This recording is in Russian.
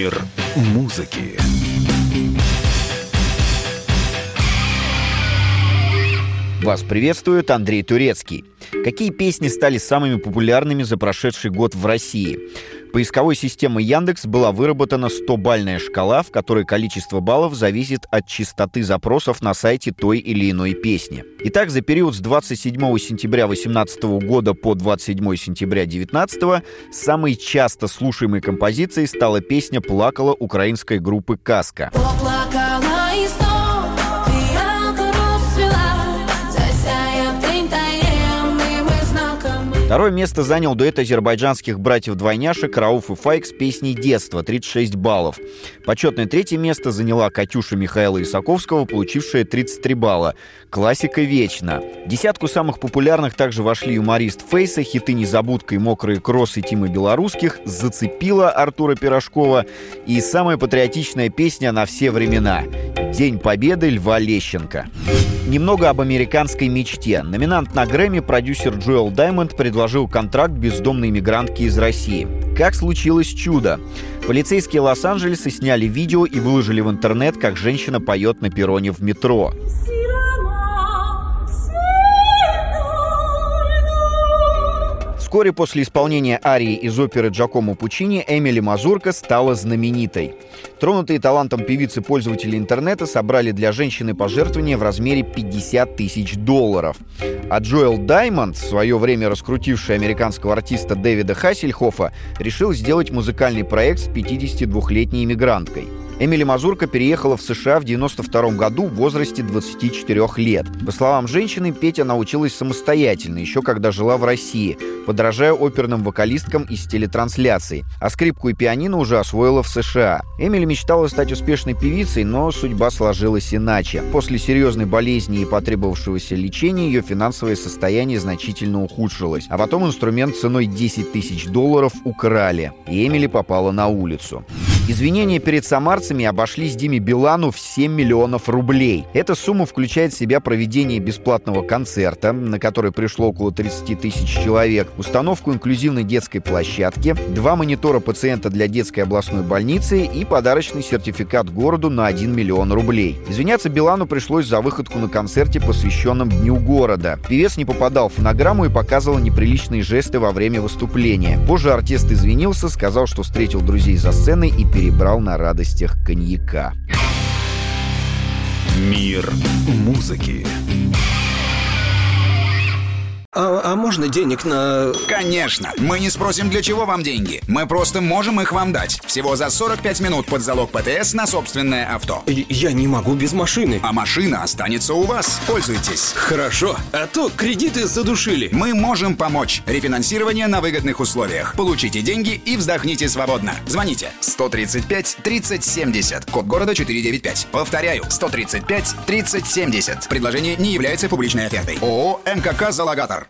Мир музыки. Вас приветствует Андрей Турецкий. Какие песни стали самыми популярными за прошедший год в России? Поисковой системой Яндекс была выработана 100-бальная шкала, в которой количество баллов зависит от частоты запросов на сайте той или иной песни. Итак, за период с 27 сентября 2018 года по 27 сентября 2019 самой часто слушаемой композицией стала песня «Плакала» украинской группы «Казка». Второе место занял дуэт азербайджанских братьев-двойняшек Рауф и Файк с песней «Детство» — 36 баллов. Почетное третье место заняла Катюша Михаила Исаковского, получившая 33 балла. Классика «Вечно». В десятку самых популярных также вошли юморист Фейса, хиты «Незабудка» и «Мокрые кроссы» Тимы Белорусских, «Зацепила» Артура Пирожкова и самая патриотичная песня на все времена «День Победы» Льва Лещенко. Немного об американской мечте. Номинант на Грэмми, продюсер Джоэл Даймонд, предложил контракт бездомной мигрантке из России. Как случилось чудо? Полицейские Лос-Анджелеса сняли видео и выложили в интернет, как женщина поет на перроне в метро. Вскоре после исполнения арии из оперы Джакомо Пуччини Эмили Мазурка стала знаменитой. Тронутые талантом певицы пользователи интернета собрали для женщины пожертвования в размере $50 тысяч. А Джоэл Даймонд, в свое время раскрутивший американского артиста Дэвида Хассельхоффа, решил сделать музыкальный проект с 52-летней иммигранткой. Эмили Мазурка переехала в США в 1992 году в возрасте 24 лет. По словам женщины, петь она училась самостоятельно, еще когда жила в России, подражая оперным вокалисткам из телетрансляций, а скрипку и пианино уже освоила в США. Эмили мечтала стать успешной певицей, но судьба сложилась иначе. После серьезной болезни и потребовавшегося лечения ее финансовое состояние значительно ухудшилось, а потом инструмент ценой $10 тысяч украли, и Эмили попала на улицу. Извинения перед самарцами обошлись Диме Билану в 7 миллионов рублей. Эта сумма включает в себя проведение бесплатного концерта, на который пришло около 30 тысяч человек, установку инклюзивной детской площадки, 2 монитора пациента для детской областной больницы и подарочный сертификат городу на 1 миллион рублей. Извиняться Билану пришлось за выходку на концерте, посвященном Дню города. Певец не попадал в фонограмму и показывал неприличные жесты во время выступления. Позже артист извинился, сказал, что встретил друзей за сценой и перебрал на радостях коньяка. Мир музыки. А можно денег на... Конечно! Мы не спросим, для чего вам деньги. Мы просто можем их вам дать. Всего за 45 минут под залог ПТС на собственное авто. Я не могу без машины. А машина останется у вас. Пользуйтесь. Хорошо, а то кредиты задушили. Мы можем помочь. Рефинансирование на выгодных условиях. Получите деньги и вздохните свободно. Звоните 135 30 70. Код города 495. Повторяю, 135 30 70. Предложение не является публичной офертой. ООО «МКК Залогатор».